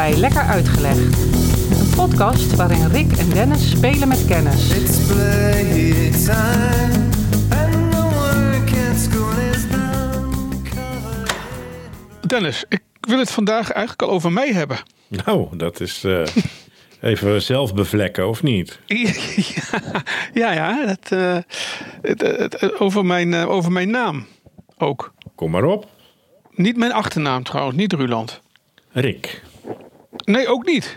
bij Lekker Uitgelegd. Een podcast waarin Rick en Dennis spelen met kennis. Dennis, ik wil het vandaag eigenlijk al over mij hebben. Nou, dat is even zelf bevlekken, of niet? Over mijn naam ook. Kom maar op. Niet mijn achternaam trouwens, niet Ruland. Rick. Nee, ook niet.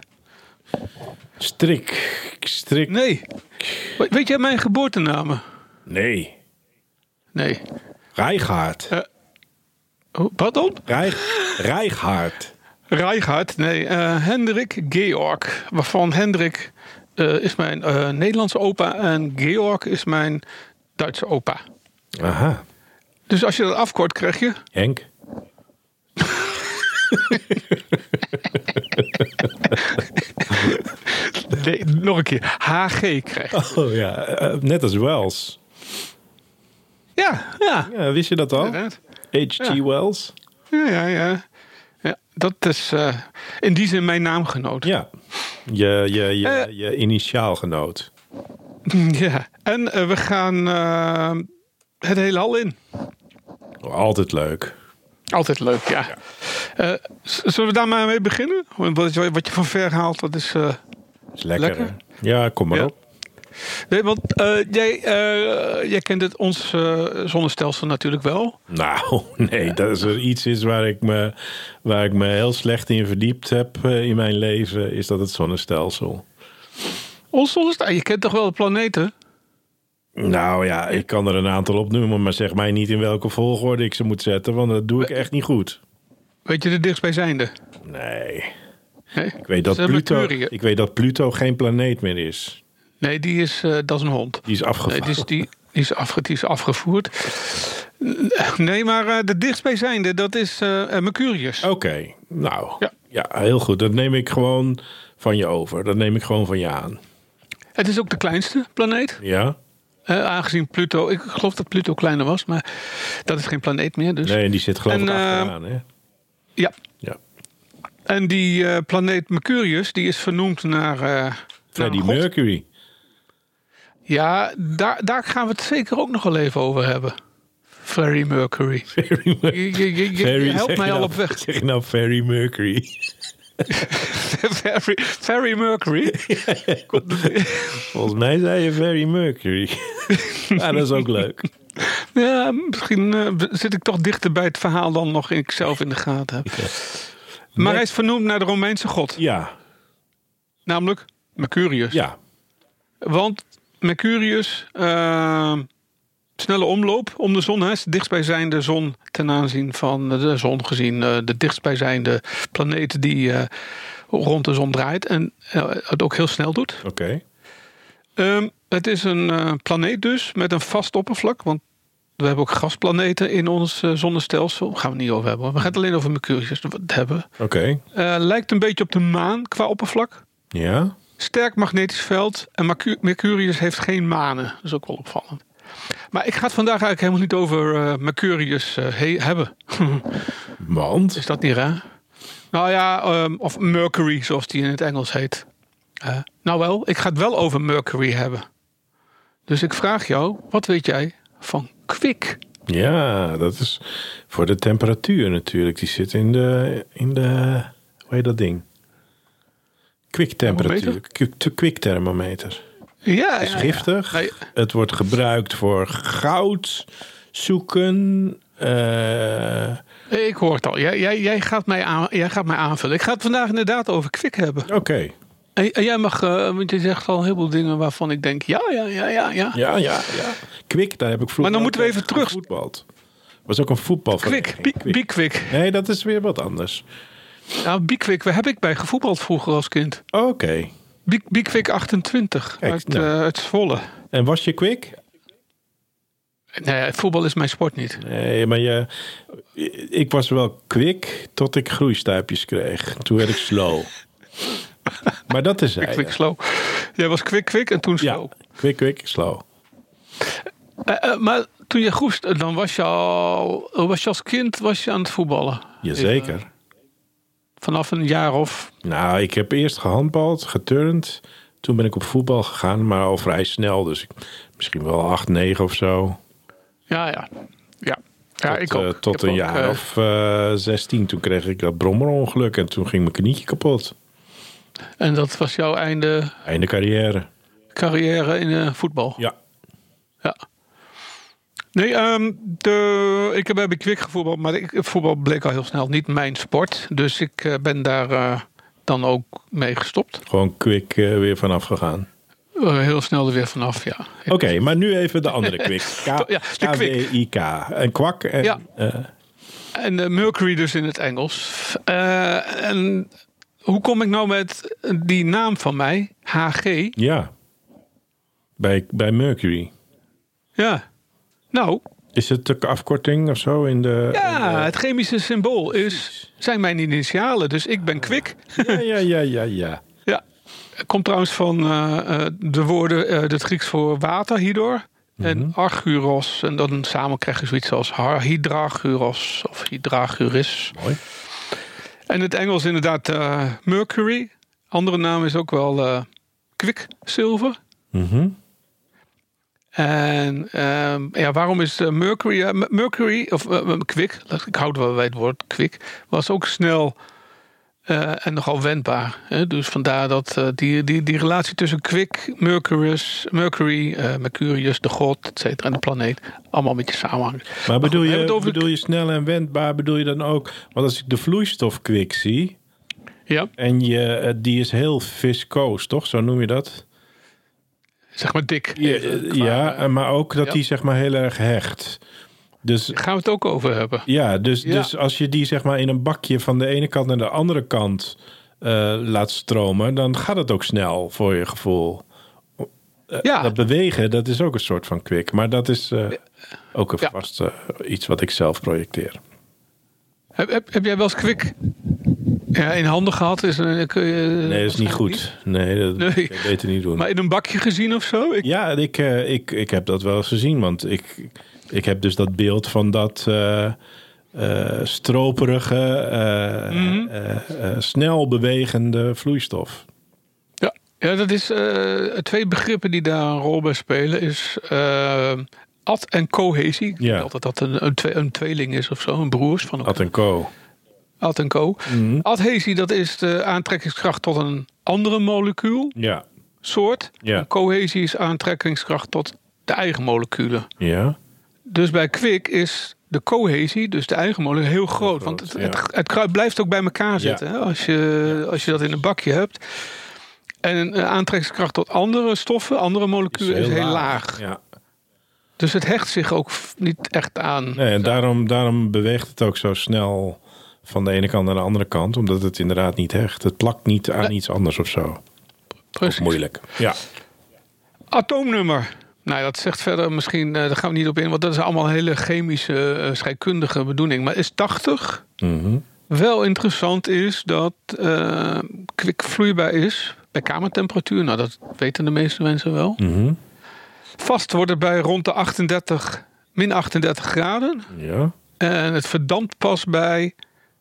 Strik. Nee. Weet jij mijn geboortenamen? Nee. Nee. Rijgaard. Pardon? Rijgaard. Rijgaard, nee. Hendrik Georg. Waarvan Hendrik is mijn Nederlandse opa en Georg is mijn Duitse opa. Aha. Dus als je dat afkort, krijg je... Henk. Nee, nog een keer. HG krijg je. Oh ja, net als Wells. Ja. Ja, wist je dat al? Inderdaad. H.G. Wells. Ja, dat is in die zin mijn naamgenoot. Ja, je initiaalgenoot. Ja, en we gaan het hele hal in. Altijd leuk. Altijd leuk, ja. Zullen we daar maar mee beginnen? Wat je van ver haalt, dat is lekker. Ja, kom maar op. Nee, want jij kent ons zonnestelsel natuurlijk wel. Nou, nee, dat is er iets is waar ik me heel slecht in verdiept heb in mijn leven, is dat het zonnestelsel. Ons zonnestelsel? Je kent toch wel de planeten? Nou ja, ik kan er een aantal opnoemen, maar zeg mij niet in welke volgorde ik ze moet zetten, want dat doe ik echt niet goed. Weet je de dichtstbijzijnde? Nee. Nee? Ik weet dat Pluto geen planeet meer is. Nee, dat is een hond. Die is afgevallen. Nee, die is afgevoerd. Nee, maar de dichtstbijzijnde, dat is Mercurius. Oké, nou, ja, heel goed. Dat neem ik gewoon van je over. Dat neem ik gewoon van je aan. Het is ook de kleinste planeet. Ja? Aangezien Pluto, ik geloof dat Pluto kleiner was, maar dat is geen planeet meer. Dus. Nee, en die zit geloof ik achteraan, hè? Ja. Ja. En die planeet Mercurius, die is vernoemd naar... Freddie Mercury. Ja, daar gaan we het zeker ook nog wel even over hebben. Freddie Mercury. Je helpt mij al op weg. Zeg je nou Freddie Mercury? Freddie Mercury? Volgens mij zei je Freddie Mercury. Ja, dat is ook leuk. Ja, misschien zit ik toch dichter bij het verhaal dan nog ik zelf in de gaten heb. Ja. Maar hij is vernoemd naar de Romeinse god. Ja. Namelijk Mercurius. Ja. Want Mercurius, snelle omloop om de zon. Hij is de dichtstbijzijnde zon ten aanzien van de zon gezien. De dichtstbijzijnde planeet die rond de zon draait. En het ook heel snel doet. Oké. Het is een planeet dus met een vast oppervlak. Want we hebben ook gasplaneten in ons zonnestelsel. Daar gaan we het niet over hebben. We gaan het alleen over Mercurius hebben. Oké. Lijkt een beetje op de maan qua oppervlak. Ja. Sterk magnetisch veld. En Mercurius heeft geen manen. Dat is ook wel opvallend. Maar ik ga het vandaag eigenlijk helemaal niet over Mercurius hebben. Want? Is dat niet raar? Nou ja, of Mercury zoals die in het Engels heet. Nou wel, ik ga het wel over Mercury hebben. Dus ik vraag jou, wat weet jij van kwik? Ja, dat is voor de temperatuur natuurlijk. Die zit in de hoe heet dat ding? Kwiktemperatuur. Kwikthermometer. Ja, het is giftig. Ja. Nee. Het wordt gebruikt voor goud zoeken. Ik hoor het al. Jij gaat mij aanvullen. Ik ga het vandaag inderdaad over kwik hebben. Oké. En jij mag, want je zegt al een heleboel dingen waarvan ik denk, ja. Ja. Kwik, daar heb ik vroeger. Maar dan moeten we even terug. Voetbald. Was ook een voetbal. Kwik. Nee, dat is weer wat anders. Nou, Bikwik, waar heb ik bij gevoetbald vroeger als kind? Oké. Bikwik 28 Kijk, uit Zwolle. En was je kwik? Nee, voetbal is mijn sport niet. Nee, maar ik was wel kwik tot ik groeistuipjes kreeg. Toen werd ik slow. Maar dat is kwik, slow. Jij was kwik en toen slow. Ja, kwik, slow. Maar toen je groest, dan was je als kind aan het voetballen. Jazeker. vanaf een jaar of... Nou, ik heb eerst gehandbald, geturnd. Toen ben ik op voetbal gegaan, maar al vrij snel. Dus misschien wel 8, 9 of zo. Ja, Tot, ik ook. Tot een jaar of 16. Toen kreeg ik dat brommerongeluk en toen ging mijn knietje kapot. En dat was jouw einde carrière in voetbal? Ja. Nee, ik heb bij Kwik gevoetbald, maar voetbal bleek al heel snel niet mijn sport. Dus ik ben daar dan ook mee gestopt. Gewoon Kwik weer vanaf gegaan. Heel snel er weer vanaf, ja. Oké, maar nu even de andere Kwik. de Kwik. K-W-I-K. En kwak. En, En Mercury dus in het Engels. En hoe kom ik nou met die naam van mij? HG? Ja. Bij Mercury. Ja. Nou. Is het de afkorting of zo in de... Ja, het chemische symbool zijn mijn initialen. Dus ik ben Kwik. Ja. Ja. Komt trouwens van de woorden, het Grieks voor water, hydor. En argyros. En dan samen krijg je zoiets als hydragyros of hydragyris. Mooi. En het Engels inderdaad Mercury. Andere naam is ook wel kwikzilver. En waarom is Mercury... Mercury, of kwik, ik houd wel bij het woord kwik, was ook snel en nogal wendbaar. Hè? Dus vandaar dat die relatie tussen kwik, Mercurius, de god, et cetera, en de planeet, allemaal een beetje samenhangt. Maar bedoel je snel en wendbaar, bedoel je dan ook... Want als ik de vloeistof kwik zie... Ja. En die is heel viscoos, toch? Zo noem je dat? Zeg maar dik. Ja, maar ook dat die zeg maar heel erg hecht. Dus daar gaan we het ook over hebben. Ja, dus als je die zeg maar in een bakje van de ene kant naar de andere kant laat stromen, dan gaat het ook snel voor je gevoel. Dat bewegen, dat is ook een soort van kwik. Maar dat is ook een vast iets wat ik zelf projecteer. Heb jij wel eens kwik in handen gehad? Nee, dat is niet goed. Nee, dat ik beter niet doen. Maar in een bakje gezien of zo? Ik heb dat wel eens gezien. Want ik heb dus dat beeld van dat stroperige, snel bewegende vloeistof. Ja, dat is 2 begrippen die daar een rol bij spelen. Is ad en cohesie. Ik denk altijd dat een tweeling is of zo, een broers van elkaar. Ad en co. Ad en co. Adhesie, dat is de aantrekkingskracht tot een andere molecuul. Ja. Soort. Ja. Cohesie is aantrekkingskracht tot de eigen moleculen. Ja. Dus bij kwik is de cohesie, dus de eigen moleculen, heel groot. Want het kruid blijft ook bij elkaar zitten. Hè? Als je dat in een bakje hebt. En een aantrekkingskracht tot andere stoffen, andere moleculen is heel laag. Ja. Dus het hecht zich ook niet echt aan. Nee, en daarom beweegt het ook zo snel van de ene kant naar de andere kant. Omdat het inderdaad niet hecht. Het plakt niet aan iets anders of zo. Precies. Of moeilijk. Ja. Atoomnummer. Nou, dat zegt verder misschien, daar gaan we niet op in. Want dat is allemaal hele chemische, scheikundige bedoeling. Maar is 80. Wel interessant is dat kwik vloeibaar is bij kamertemperatuur. Nou, dat weten de meeste mensen wel. Vast wordt het bij rond de min 38 graden. Ja. En het verdampt pas bij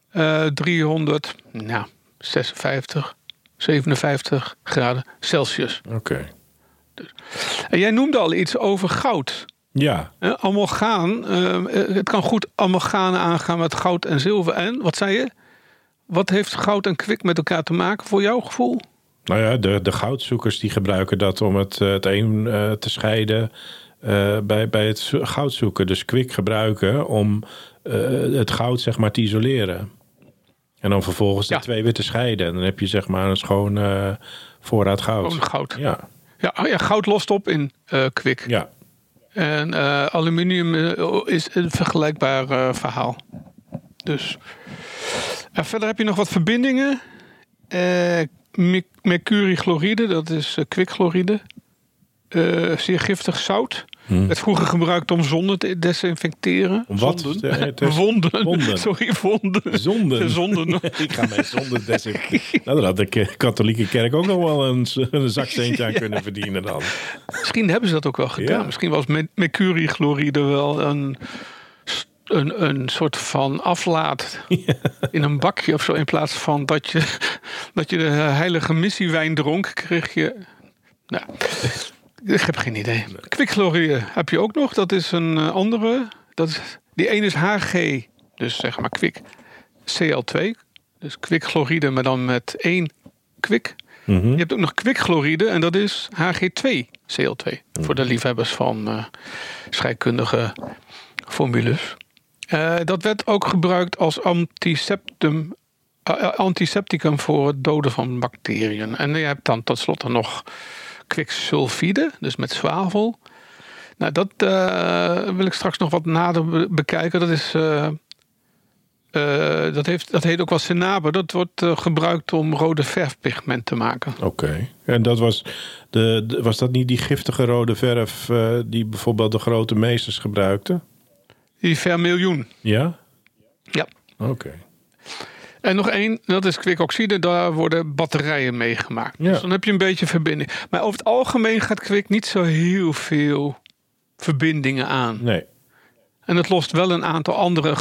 356, 57 graden Celsius. Oké. En jij noemde al iets over goud. Ja. Amalgaan, het kan goed amalganen aangaan met goud en zilver. En, wat zei je? Wat heeft goud en kwik met elkaar te maken voor jouw gevoel? Nou ja, de goudzoekers die gebruiken dat om het een te scheiden bij het goudzoeken. Dus kwik gebruiken om het goud zeg maar te isoleren. En dan vervolgens de twee weer te scheiden. En dan heb je zeg maar een schoon voorraad goud. Gewoon goud. Ja. Ja, goud lost op in kwik. Ja. En aluminium is een vergelijkbaar verhaal. Dus. Verder heb je nog wat verbindingen. Mercuriechloride, dat is kwikchloride. Zeer giftig zout. Werd vroeger gebruikt om zonden te desinfecteren. Om wat? Wonden. Sorry, wonden. Zonden. Ik ga mijn zonden desinfecteren. Nou, daar had de katholieke kerk ook nog wel een zakcentje aan kunnen verdienen dan. Misschien hebben ze dat ook wel gedaan. Ja. Misschien was mercuriechloride wel een een soort van aflaat in een bakje of zo. In plaats van dat je de heilige missiewijn dronk, kreeg je... Nou, ik heb geen idee. Nee. Kwikchloride heb je ook nog. Dat is een andere. Die ene is Hg, dus zeg maar kwik. Cl2. Dus kwikchloride, maar dan met 1 kwik. Mm-hmm. Je hebt ook nog kwikchloride en dat is Hg2Cl2. Voor de liefhebbers van scheikundige formules. Dat werd ook gebruikt als antisepticum voor het doden van bacteriën. En je hebt dan tot slot nog kwiksulfide, dus met zwavel. Nou, dat wil ik straks nog wat nader bekijken. Dat heet ook wel cinnaber. Dat wordt gebruikt om rode verfpigment te maken. Oké. En dat was dat niet die giftige rode verf die bijvoorbeeld de grote meesters gebruikten? Die vermiljoen. Ja? Ja. Oké. En nog één, dat is kwikoxide. Daar worden batterijen mee gemaakt. Ja. Dus dan heb je een beetje verbinding. Maar over het algemeen gaat kwik niet zo heel veel verbindingen aan. Nee. En het lost wel een aantal andere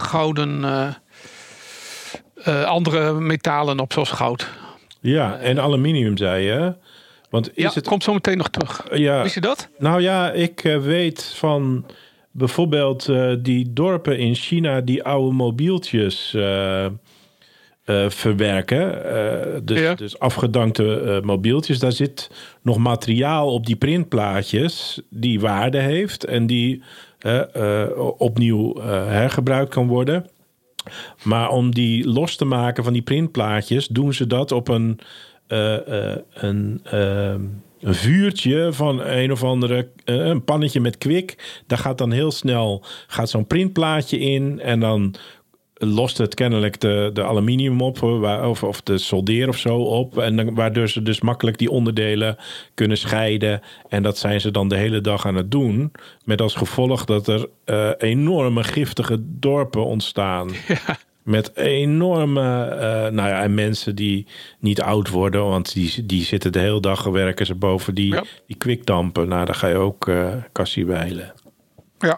andere metalen op, zoals goud. Ja, en aluminium zei je. Want het komt zo meteen nog terug. Ja. Wist je dat? Nou ja, ik weet van bijvoorbeeld die dorpen in China die oude mobieltjes verwerken. Dus afgedankte mobieltjes. Daar zit nog materiaal op die printplaatjes die waarde heeft en die opnieuw hergebruikt kan worden. Maar om die los te maken van die printplaatjes doen ze dat op een vuurtje van een of andere een pannetje met kwik. Daar gaat dan heel snel zo'n printplaatje in en dan lost het kennelijk de aluminium op of de soldeer of zo op. En waardoor ze dus makkelijk die onderdelen kunnen scheiden. En dat zijn ze dan de hele dag aan het doen. Met als gevolg dat er enorme giftige dorpen ontstaan. Ja. Met enorme... en mensen die niet oud worden. Want die zitten de hele dag, werken ze boven die kwikdampen. Nou, daar ga je ook kassie wijlen. Ja.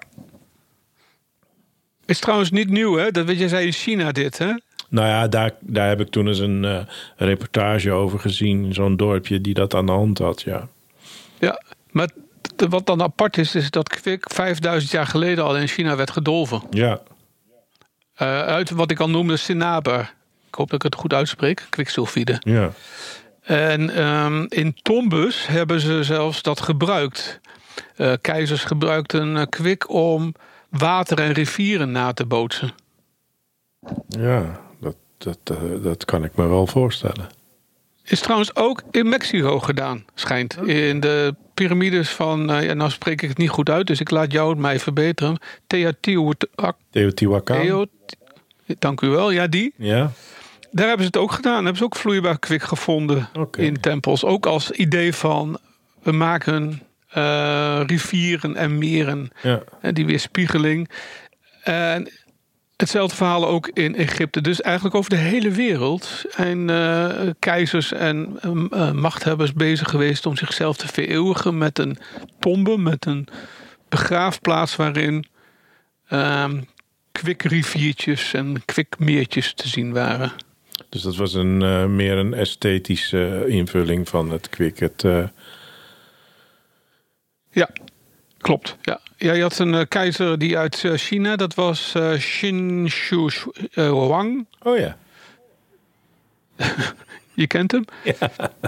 Is trouwens niet nieuw, hè? Dat weet je, zei in China dit, hè? Nou ja, daar heb ik toen eens een reportage over gezien. Zo'n dorpje die dat aan de hand had, ja. Ja, maar wat dan apart is dat kwik 5000 jaar geleden al in China werd gedolven. Ja. Uit wat ik al noemde cinnaber. Ik hoop dat ik het goed uitspreek. Kwiksulfide. Ja. En in tombes hebben ze zelfs dat gebruikt. Keizers gebruikten kwik om water en rivieren na te bootsen. Ja, dat kan ik me wel voorstellen. Is trouwens ook in Mexico gedaan, schijnt. In de piramides van, nou spreek ik het niet goed uit, dus ik laat jou het mij verbeteren. Teotihuacan. Dank u wel, ja die. Ja. Daar hebben ze het ook gedaan. Hebben ze ook vloeibaar kwik gevonden in tempels. Ook als idee van, we maken rivieren en meren. Ja. En die weerspiegeling. En hetzelfde verhaal ook in Egypte. Dus eigenlijk over de hele wereld zijn keizers en machthebbers bezig geweest om zichzelf te vereeuwigen met een tombe, met een begraafplaats waarin kwikriviertjes en kwikmeertjes te zien waren. Dus dat was meer een esthetische invulling van het kwik. Ja, klopt. Ja. Ja, je had een keizer die uit China, dat was Qin Shi Huang. Oh ja. Je kent hem? Ja.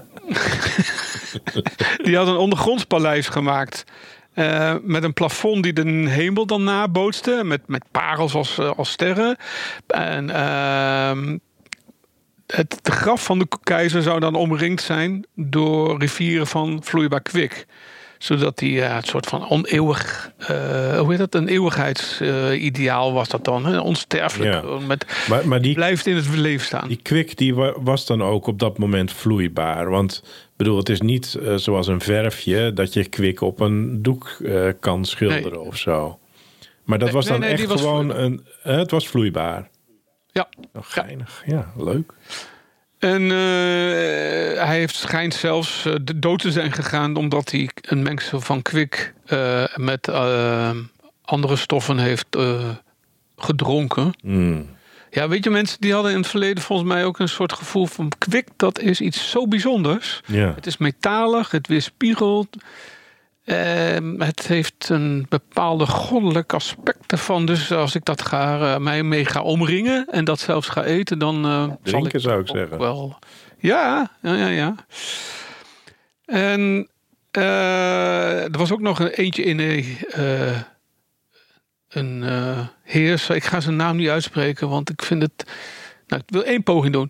Die had een ondergrondspaleis gemaakt. Met een plafond die de hemel dan nabootste. Met parels als sterren. En het graf van de keizer zou dan omringd zijn door rivieren van vloeibaar kwik. Zodat die het soort van oneeuwig... een eeuwigheidsideaal was dat dan. Hè? Onsterfelijk. Ja. Maar die blijft in het leven staan. Die kwik die was dan ook op dat moment vloeibaar. Want bedoel, het is niet zoals een verfje dat je kwik op een doek kan schilderen of zo. Maar dat was dan echt gewoon het was vloeibaar. Ja. Oh, geinig. Ja, leuk. En hij schijnt zelfs dood te zijn gegaan omdat hij een mengsel van kwik met andere stoffen heeft gedronken. Ja, weet je, mensen die hadden in het verleden volgens mij ook een soort gevoel van kwik. Dat is iets zo bijzonders. Ja. Het is metalig, het weerspiegelt. Het heeft een bepaalde goddelijk aspect ervan. Dus als ik dat mij mee ga omringen en dat zelfs ga eten, dan Drinken, zal zou ik zeggen. Wel. Ja. En er was ook nog eentje in een heer. Ik ga zijn naam niet uitspreken, want ik vind het. Nou, ik wil 1 poging doen.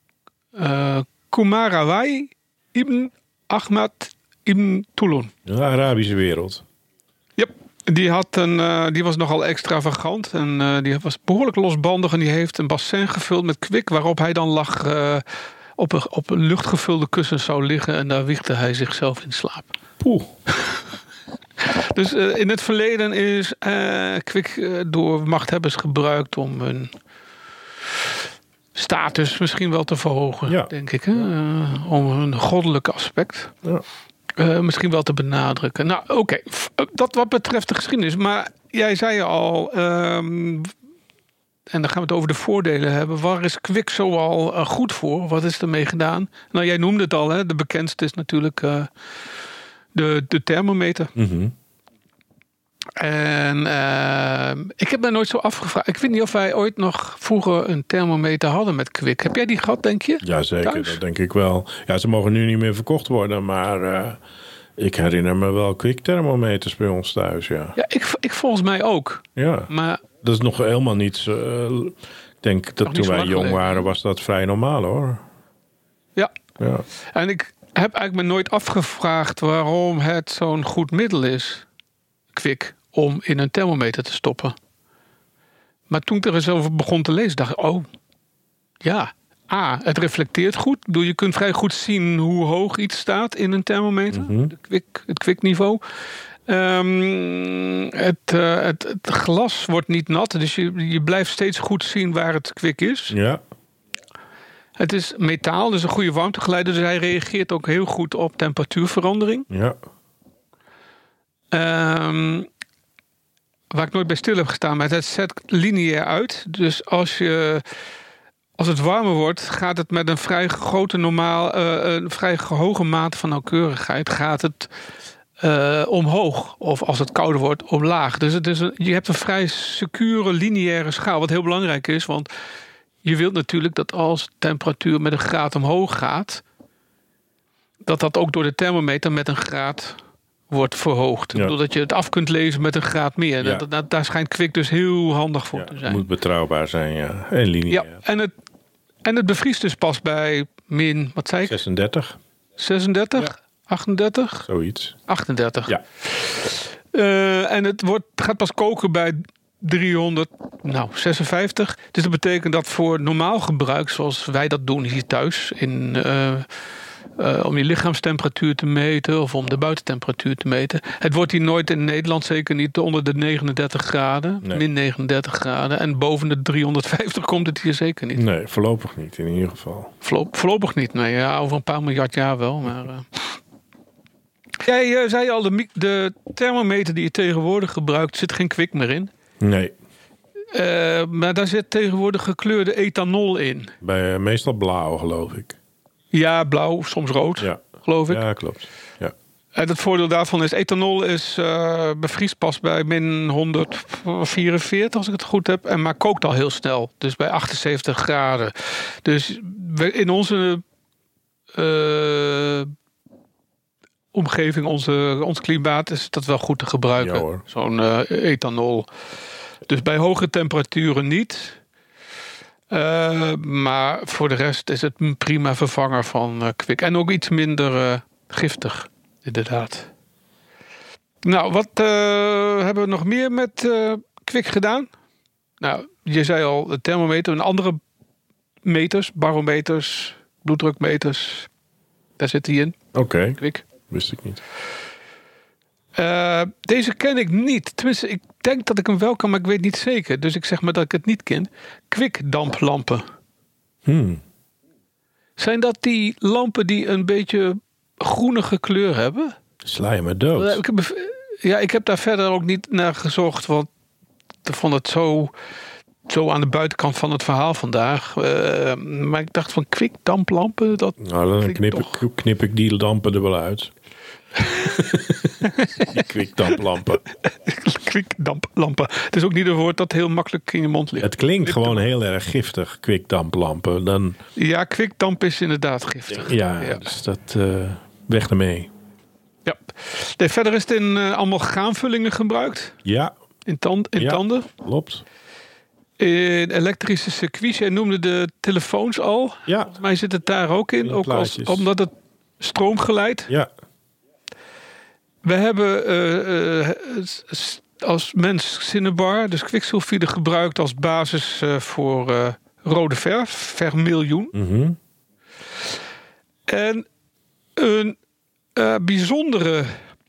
Kumarawai ibn Ahmad ibn Tulun. De Arabische wereld. Yep. Die was nogal extravagant. En die was behoorlijk losbandig. En die heeft een bassin gevuld met kwik. Waarop hij dan lag op een luchtgevulde kussen zou liggen. En daar wiegde hij zichzelf in slaap. Poeh. Dus in het verleden is kwik door machthebbers gebruikt om hun status misschien wel te verhogen. Denk ik. Hè? Om een goddelijke aspect. Ja. Misschien wel te benadrukken. Nou, oké. Dat wat betreft de geschiedenis. Maar jij zei al, en dan gaan we het over de voordelen hebben. Waar is kwik zoal goed voor? Wat is ermee gedaan? Nou, jij noemde het al. Hè? De bekendste is natuurlijk de thermometer. Mm-hmm. En ik heb mij nooit zo afgevraagd. Ik weet niet of wij ooit nog vroeger een thermometer hadden met kwik. Heb jij die gehad, denk je? Ja, zeker. Thuis? Dat denk ik wel. Ja, ze mogen nu niet meer verkocht worden, maar ik herinner me wel kwik-thermometers bij ons thuis, ja. Ja, ik volgens mij ook. Ja, Maar dat is nog helemaal niet ik denk dat toen wij jong waren, was dat vrij normaal, hoor. ja, Ja. en ik heb eigenlijk me nooit afgevraagd waarom het zo'n goed middel is, kwik, om in een thermometer te stoppen. Maar toen ik er eens over begon te lezen, dacht ik, oh, ja. Het reflecteert goed. Je kunt vrij goed zien hoe hoog iets staat in een thermometer. Mm-hmm. Het kwikniveau. Het glas wordt niet nat. Dus je blijft steeds goed zien waar het kwik is. Ja. Het is metaal, dus een goede warmtegeleider. Dus hij reageert ook heel goed op temperatuurverandering. Ja. Waar ik nooit bij stil heb gestaan. Maar het zet lineair uit. Dus als het warmer wordt, gaat het met een vrij grote een vrij hoge mate van nauwkeurigheid gaat het omhoog. Of als het kouder wordt, omlaag. Dus je hebt een vrij secure lineaire schaal. Wat heel belangrijk is, want je wilt natuurlijk dat als de temperatuur met een graad omhoog gaat, dat ook door de thermometer met een graad wordt verhoogd. Ja. Doordat je het af kunt lezen met een graad meer. Ja. Daar schijnt kwik dus heel handig voor te zijn. Het moet betrouwbaar zijn, ja. En lineair. Ja, en het bevriest dus pas bij min, wat zei ik? 36. 36? Ja. 38? Zoiets. 38. Ja. En het gaat pas koken bij 356. Dus dat betekent dat voor normaal gebruik, zoals wij dat doen hier thuis, om je lichaamstemperatuur te meten of om de buitentemperatuur te meten. Het wordt hier nooit in Nederland, zeker niet onder de 39 graden, Nee. min 39 graden. En boven de 350 komt het hier zeker niet. Nee, voorlopig niet in ieder geval. Voorlopig niet, nee. Ja, over een paar miljard jaar wel. Maar, Jij zei al, de thermometer die je tegenwoordig gebruikt, zit geen kwik meer in. Nee. Maar daar zit tegenwoordig gekleurde ethanol in. Meestal blauw, geloof ik. Ja, blauw, soms rood, Ja. geloof ik. Ja, klopt. Ja. En het voordeel daarvan is, ethanol bevriest pas bij min 144, als ik het goed heb. Maar kookt al heel snel, dus bij 78 graden. Dus in onze omgeving, ons klimaat, is dat wel goed te gebruiken. Ja, hoor. Zo'n ethanol. Dus bij hoge temperaturen niet. Maar voor de rest is het een prima vervanger van kwik. En ook iets minder giftig, inderdaad. Nou, wat hebben we nog meer met kwik gedaan? Nou, je zei al, de thermometer en andere meters, barometers, bloeddrukmeters. Daar zit die in, Oké, kwik. wist ik niet. Deze ken ik niet. Tenminste, ik denk dat ik hem wel kan, maar ik weet niet zeker. Dus ik zeg maar dat ik het niet ken. Kwikdamplampen. Zijn dat die lampen die een beetje groenige kleur hebben? Sla je me dood. Ik heb daar verder ook niet naar gezocht. Want vond het zo aan de buitenkant van het verhaal vandaag. Maar ik dacht van kwikdamplampen, dat Nou, dan knip ik die lampen er wel uit. Die kwikdamplampen. Kwikdamplampen. Het is ook niet een woord dat heel makkelijk in je mond ligt. Het klinkt gewoon heel erg giftig, kwikdamplampen. Ja, kwikdamp is inderdaad giftig. Ja. Dus dat weg ermee. Ja. Nee, verder is het in allemaal gaanvullingen gebruikt. Ja. In tanden. Klopt. In elektrische circuits. Jij noemde de telefoons al. Ja. Volgens mij zit het daar ook in. Ook plaatjes. omdat het stroom geleidt. Ja. We hebben als mens cinnabar, dus kwiksulfide, gebruikt als basis voor rode verf, vermiljoen. Mhm. En een bijzondere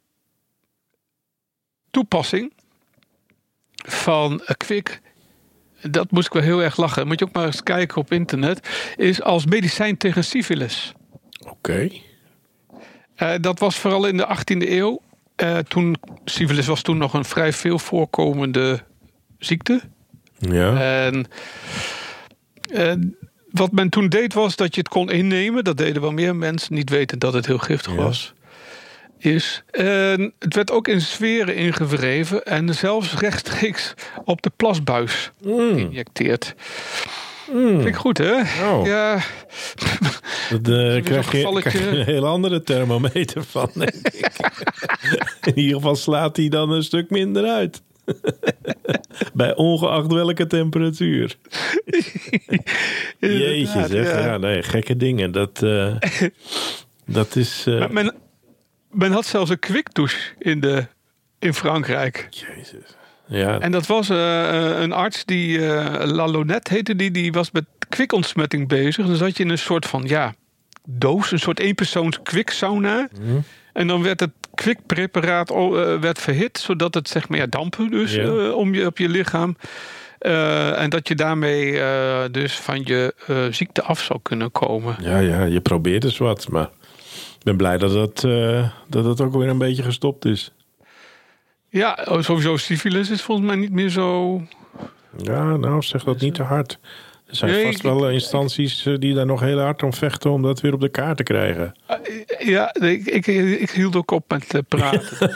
toepassing van kwik, dat moest ik wel heel erg lachen. Moet je ook maar eens kijken op internet, is als medicijn tegen syfilis. Oké. Dat was vooral in de 18e eeuw. Syfilis was toen nog een vrij veel voorkomende ziekte. Ja. En wat men toen deed was dat je het kon innemen. Dat deden wel meer mensen, niet weten dat het heel giftig was. En het werd ook in sferen ingewreven en zelfs rechtstreeks op de plasbuis geïnjecteerd. Vind ik goed, hè? Oh. Ja. Daar krijg je een heel andere thermometer van, denk ik. In ieder geval slaat hij dan een stuk minder uit. Bij ongeacht welke temperatuur. Jeetje, zeg. Ja, nee, gekke dingen. Dat is... Men had zelfs een kwikdouche in Frankrijk. Jezus. Ja. En dat was een arts die Lalonnette heette die was met kwikontsmetting bezig. Dan zat je in een soort van doos, een soort eenpersoons kwiksauna. Mm. En dan werd het kwikpreparaat werd verhit, zodat het zeg maar dampen dus op je lichaam. En dat je daarmee dus van je ziekte af zou kunnen komen. Ja, je probeert dus wat, maar ik ben blij dat het ook weer een beetje gestopt is. Ja, sowieso syfilis is volgens mij niet meer zo... Ja, nou, zeg dat niet te hard. Er zijn vast wel instanties die daar nog heel hard om vechten om dat weer op de kaart te krijgen. Ja, ik hield ook op met praten.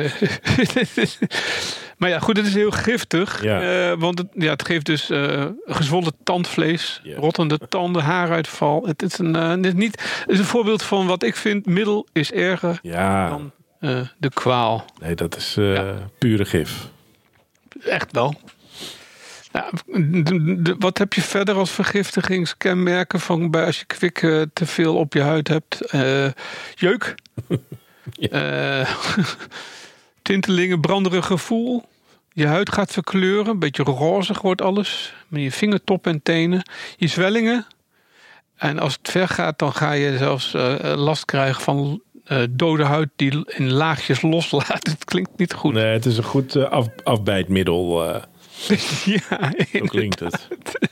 Maar ja, goed, het is heel giftig. Ja. Want het geeft dus gezwollen tandvlees, rottende tanden, haaruitval. Het is een voorbeeld van wat ik vind, middel is erger dan de kwaal. Nee, dat is pure gif. Echt wel. Nou, wat heb je verder als vergiftigingskenmerken van als je kwik te veel op je huid hebt? Jeuk. Tintelingen, branderig gevoel. Je huid gaat verkleuren. Een beetje rozig wordt alles. Met je vingertop en tenen. Je zwellingen. En als het ver gaat, dan ga je zelfs last krijgen van dode huid die in laagjes loslaat. Het klinkt niet goed. Nee, het is een goed afbijtmiddel. Ja, zo klinkt het.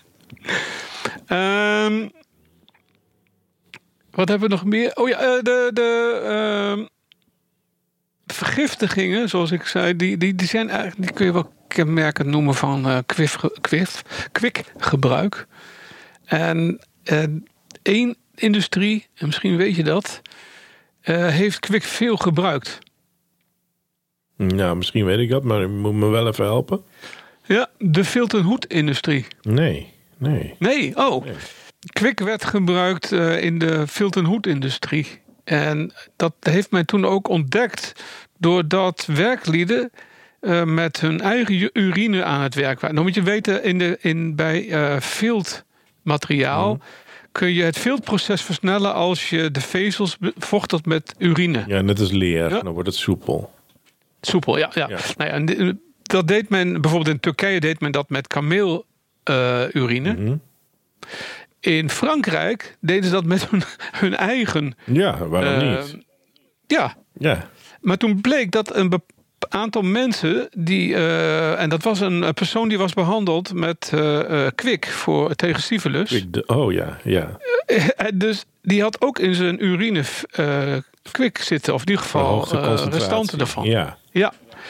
Wat hebben we nog meer? Oh ja, de vergiftigingen, zoals ik zei, die zijn eigenlijk, die kun je wel kenmerkend noemen van kwikgebruik. En één industrie, en misschien weet je dat, heeft kwik veel gebruikt. Nou, misschien weet ik dat, maar je moet me wel even helpen. Ja, de filterhoed-industrie. Nee. Oh. Nee. Kwik werd gebruikt in de filterhoed-industrie. En dat heeft men toen ook ontdekt doordat werklieden met hun eigen urine aan het werk waren. Dan moet je weten, bij viltmateriaal kun je het viltproces versnellen als je de vezels vochtigt met urine. Ja, net als leer. Ja. Dan wordt het soepel. Soepel, ja. Nou ja, dat deed men, bijvoorbeeld in Turkije deed men dat met kameelurine. Mm-hmm. In Frankrijk deden ze dat met hun eigen. Ja, waarom niet? Ja. Maar toen bleek dat een aantal mensen en dat was een persoon die was behandeld met kwik tegen syfilis. Ja. Dus die had ook in zijn urine kwik zitten, of in ieder geval restanten ervan. Ja.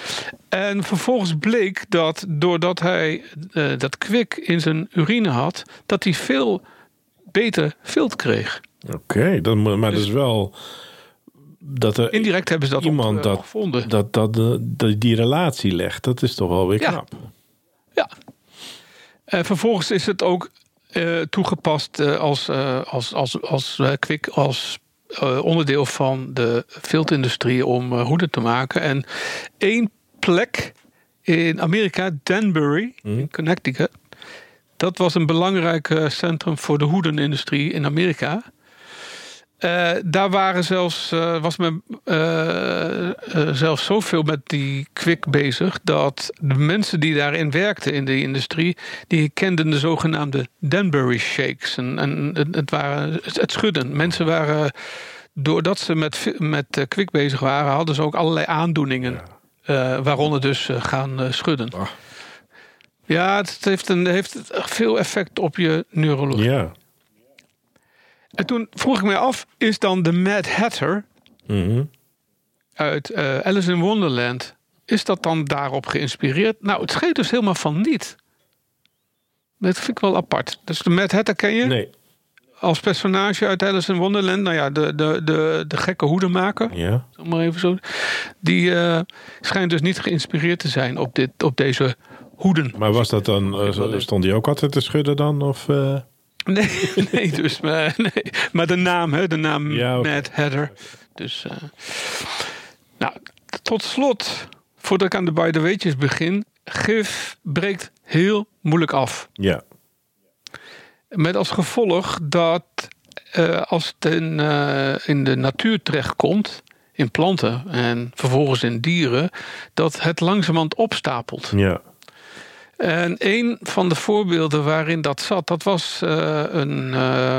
En vervolgens bleek dat doordat hij dat kwik in zijn urine had, dat hij veel beter vilt kreeg. Oké, maar dat is wel dat er indirect hebben ze dat iemand gevonden. Dat die relatie legt. Dat is toch wel weer knap. Ja. En vervolgens is het ook toegepast als kwik, als onderdeel van de viltindustrie om hoeden te maken. En één plek in Amerika, Danbury, in Connecticut, dat was een belangrijk centrum voor de hoedenindustrie in Amerika. Daar waren was men zelfs zoveel met die kwik bezig dat de mensen die daarin werkten in de industrie, die kenden de zogenaamde Danbury Shakes. En het schudden. Mensen waren, doordat ze met kwik bezig waren, hadden ze ook allerlei aandoeningen. Waaronder dus gaan schudden. Oh. Ja, het heeft veel effect op je neurologie. Ja. En toen vroeg ik me af, is dan de Mad Hatter uit Alice in Wonderland, is dat dan daarop geïnspireerd? Nou, het schijnt dus helemaal van niet. Dat vind ik wel apart. Dus de Mad Hatter ken je? Nee. Als personage uit Alice in Wonderland, nou ja, de gekke hoedenmaker. Ja. Zeg maar even zo. Die schijnt dus niet geïnspireerd te zijn op deze hoeden. Maar was dat dan, stond hij ook altijd te schudden dan? Of... Nee, dus, maar de naam, Mad Hatter. Dus, nou, tot slot, voordat ik aan de bij de weetjes begin, gif breekt heel moeilijk af. Ja. Met als gevolg dat als het in de natuur terechtkomt, in planten en vervolgens in dieren, dat het langzamerhand opstapelt. Ja. En een van de voorbeelden waarin dat zat, dat was een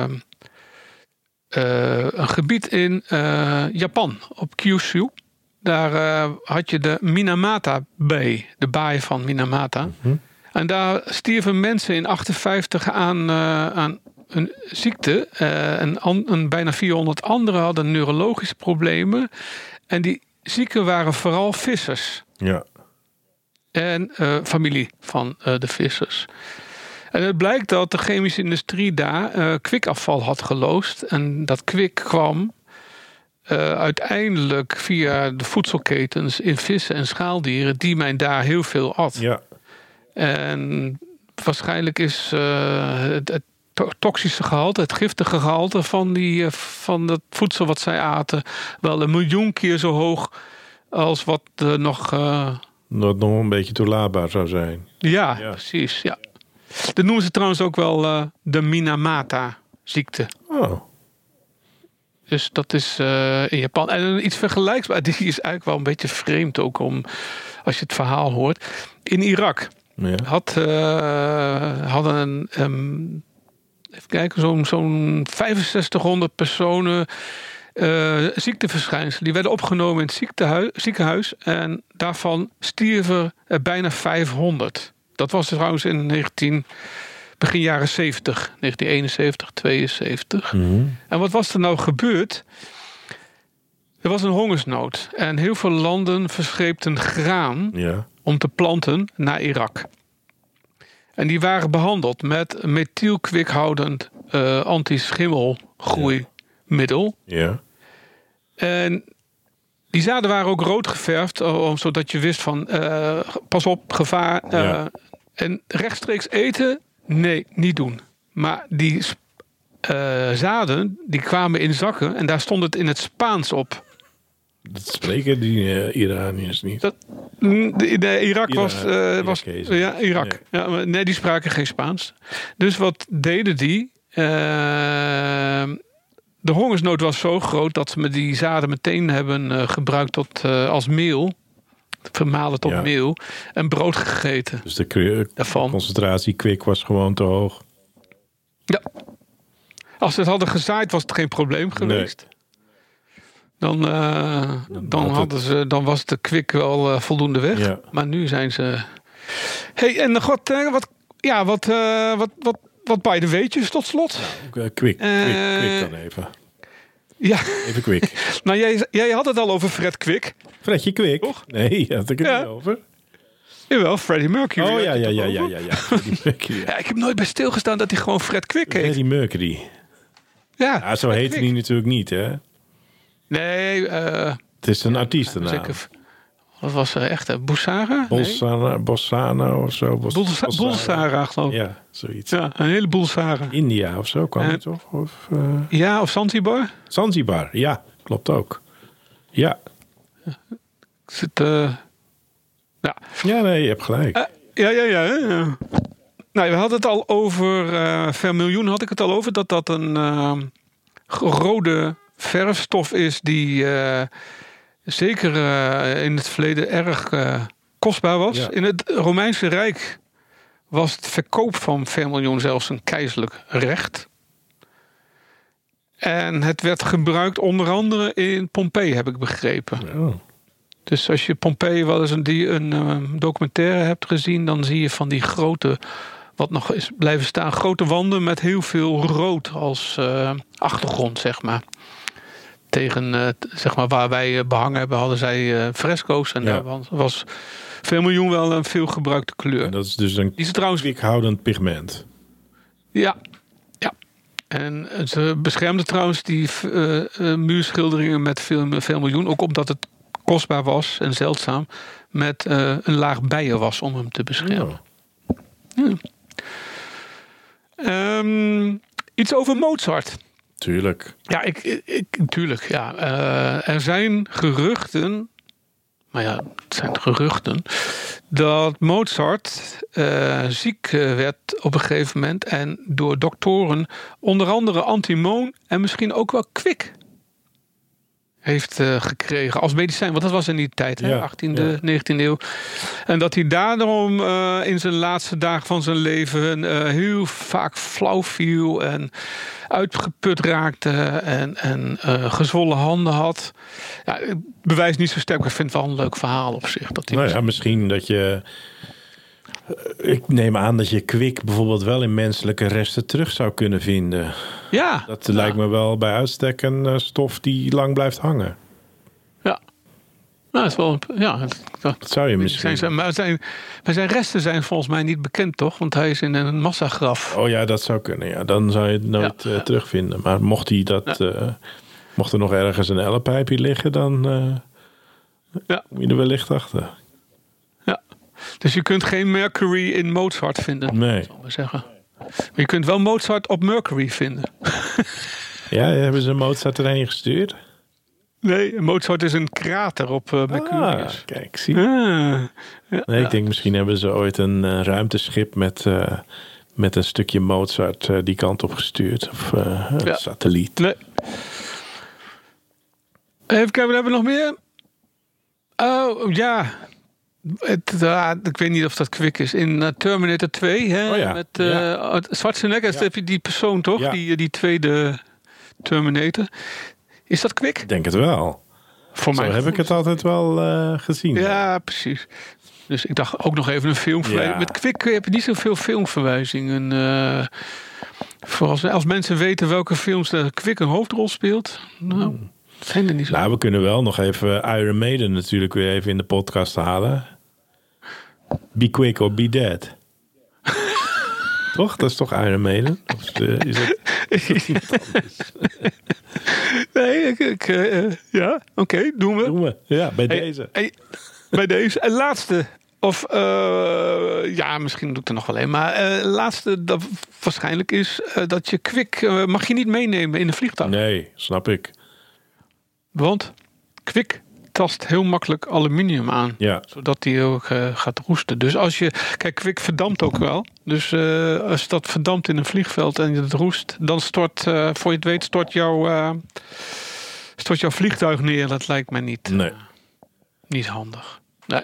gebied in Japan, op Kyushu. Daar had je de Minamata-baai, de baai van Minamata. En daar stierven mensen in 1958 aan een ziekte. En bijna 400 anderen hadden neurologische problemen. En die zieken waren vooral vissers. Ja. En familie van de vissers. En het blijkt dat de chemische industrie daar kwikafval had geloosd. En dat kwik kwam uiteindelijk via de voedselketens in vissen en schaaldieren, die men daar heel veel at. Ja. En waarschijnlijk is het toxische gehalte, het giftige gehalte van dat voedsel wat zij aten wel 1 miljoen keer zo hoog als wat nog... Dat nog een beetje toelaatbaar zou zijn. Ja, precies. Ja. Dat noemen ze trouwens ook wel de Minamata-ziekte. Oh. Dus dat is in Japan. En iets vergelijkbaar, die is eigenlijk wel een beetje vreemd ook als je het verhaal hoort. In Irak hadden even kijken, zo'n 6500 personen ziekteverschijnselen. Die werden opgenomen in het ziekenhuis. En daarvan stierven er bijna 500. Dat was trouwens in begin jaren 70. 1971, 72. En wat was er nou gebeurd? Er was een hongersnood. En heel veel landen verscheepten graan om te planten naar Irak. En die waren behandeld met methylkwikhoudend anti-schimmelgroeimiddel. Ja. En die zaden waren ook rood geverfd, zodat je wist van pas op, gevaar. En rechtstreeks eten, nee, niet doen. Maar die zaden, die kwamen in zakken en daar stond het in het Spaans op. Dat spreken die Iraniërs niet. Irak was Irak. Ja, maar nee, die spraken geen Spaans. Dus wat deden die? De hongersnood was zo groot dat ze met die zaden meteen hebben gebruikt als meel. Vermalen tot meel. En brood gegeten. Dus de concentratie kwik was gewoon te hoog. Ja. Als ze het hadden gezaaid was het geen probleem geweest. Nee. Dan was de kwik wel voldoende weg. Ja. Maar nu zijn ze... Hey, en wat bij de weetjes tot slot? Kwik dan even. Ja. Even Kwik. Nou, jij had het al over Fred Kwik. Fredje Kwik? Toch? Nee, daar had ik het niet over. Jawel, Freddie Mercury. Oh ja. Freddie Mercury. Ja, ik heb nooit bij stilgestaan dat hij gewoon Fred Quick heet. Freddie Mercury. Ja, Zo heet hij natuurlijk niet, hè? Nee. Het is een artiestennaam. Wat was er echt? Boussara? Bossano of zo. Bulsara, geloof ik. Ja, zoiets. Ja, een hele Bulsara. India of zo kwam het toch? Ja, of Zanzibar? Zanzibar, ja. Klopt ook. Ja. Ja. Ja, nee, je hebt gelijk. Ja. Nou, we hadden het al over vermiljoen. Had ik het al over dat een rode verfstof is die zeker in het verleden erg kostbaar was. Ja. In het Romeinse Rijk was het verkoop van vermiljoen zelfs een keizerlijk recht. En het werd gebruikt onder andere in Pompeii, heb ik begrepen. Oh. Dus als je Pompeii wel eens een documentaire hebt gezien, dan zie je van die grote, wat nog is blijven staan, grote wanden met heel veel rood als achtergrond, zeg maar. Tegen, zeg maar, waar wij behangen hebben, hadden zij fresco's. En daar was vermiljoen wel een veel gebruikte kleur. En dat is dus een kwikhoudend pigment. Ja. En ze beschermden trouwens die muurschilderingen met vermiljoen, ook omdat het kostbaar was en zeldzaam, met een laag bijen was om hem te beschermen. Oh. Ja. Iets over Mozart. Tuurlijk. Ja, tuurlijk. Ja. Er zijn geruchten, maar ja, het zijn geruchten, dat Mozart ziek werd op een gegeven moment en door doktoren onder andere antimoon en misschien ook wel kwik heeft gekregen als medicijn. Want dat was in die tijd, hè? 18e, 19e eeuw. En dat hij daarom in zijn laatste dagen van zijn leven heel vaak flauw viel en uitgeput raakte en gezwollen handen had. Ja, het bewijs niet zo sterk, maar ik vind het wel een leuk verhaal op zich. Dat misschien dat je... Ik neem aan dat je kwik bijvoorbeeld wel in menselijke resten terug zou kunnen vinden. Ja. Dat lijkt me wel bij uitstek een stof die lang blijft hangen. Ja. Nou, dat is wel... Ja, dat zou je misschien... Maar zijn resten zijn volgens mij niet bekend, toch? Want hij is in een massagraf. Oh ja, dat zou kunnen. Ja. Dan zou je het nooit terugvinden. Maar mocht hij dat... mocht er nog ergens een ellepijpje liggen, dan moet je er wellicht achter. Ja. Dus je kunt geen Mercury in Mozart vinden. Nee. Zal ik maar zeggen. Maar je kunt wel Mozart op Mercury vinden. Ja, hebben ze Mozart erheen gestuurd? Nee, Mozart is een krater op Mercurius. Ah, kijk, zie je. Nee, ik denk misschien hebben ze ooit een ruimteschip met een stukje Mozart die kant op gestuurd. Of een satelliet. Nee. Even kijken, we hebben nog meer. Oh, ja. Ik weet niet of dat kwik is. In Terminator 2, hè, met Schwarzenegger, heb je die persoon toch? Ja. Die tweede Terminator. Is dat kwik? Ik denk het wel. Voor mij heb ik het altijd wel gezien. Ja, precies. Dus ik dacht ook nog even een filmverwijzing. Ja. Met kwik heb je niet zoveel filmverwijzingen. Voor als mensen weten welke films de kwik een hoofdrol speelt. Nou, zijn er niet zo. Nou, we kunnen wel nog even Iron Maiden natuurlijk weer even in de podcast halen. Be quick or be dead. Toch? Dat is toch Iron Maiden? Of is het... Nee, ja, oké, doen we. Ja, bij deze. Bij deze. En laatste, of misschien doe ik er nog wel een, maar laatste dat waarschijnlijk is dat je kwik mag je niet meenemen in een vliegtuig. Nee, snap ik. Want kwik tast heel makkelijk aluminium aan. Ja. Zodat die ook gaat roesten. Dus kijk, kwik verdampt ook wel. Dus als dat verdampt in een vliegveld en het roest, dan stort, voor je het weet, stort jouw vliegtuig neer. Dat lijkt mij niet handig. Nee.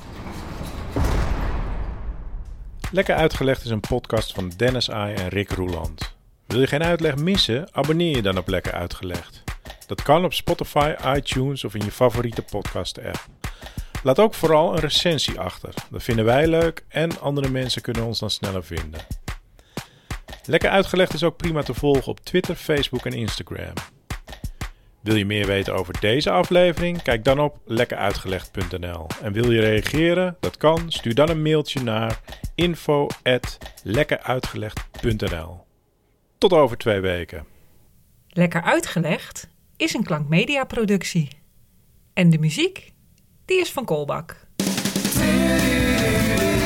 Lekker Uitgelegd is een podcast van Dennis Ai en Rick Roeland. Wil je geen uitleg missen? Abonneer je dan op Lekker Uitgelegd. Dat kan op Spotify, iTunes of in je favoriete podcast-app. Laat ook vooral een recensie achter. Dat vinden wij leuk en andere mensen kunnen ons dan sneller vinden. Lekker Uitgelegd is ook prima te volgen op Twitter, Facebook en Instagram. Wil je meer weten over deze aflevering? Kijk dan op lekkeruitgelegd.nl. En wil je reageren? Dat kan. Stuur dan een mailtje naar info@lekkeruitgelegd.nl. Tot over 2 weken. Lekker Uitgelegd is een Klankmedia productie. En de muziek, die is van Kolbak.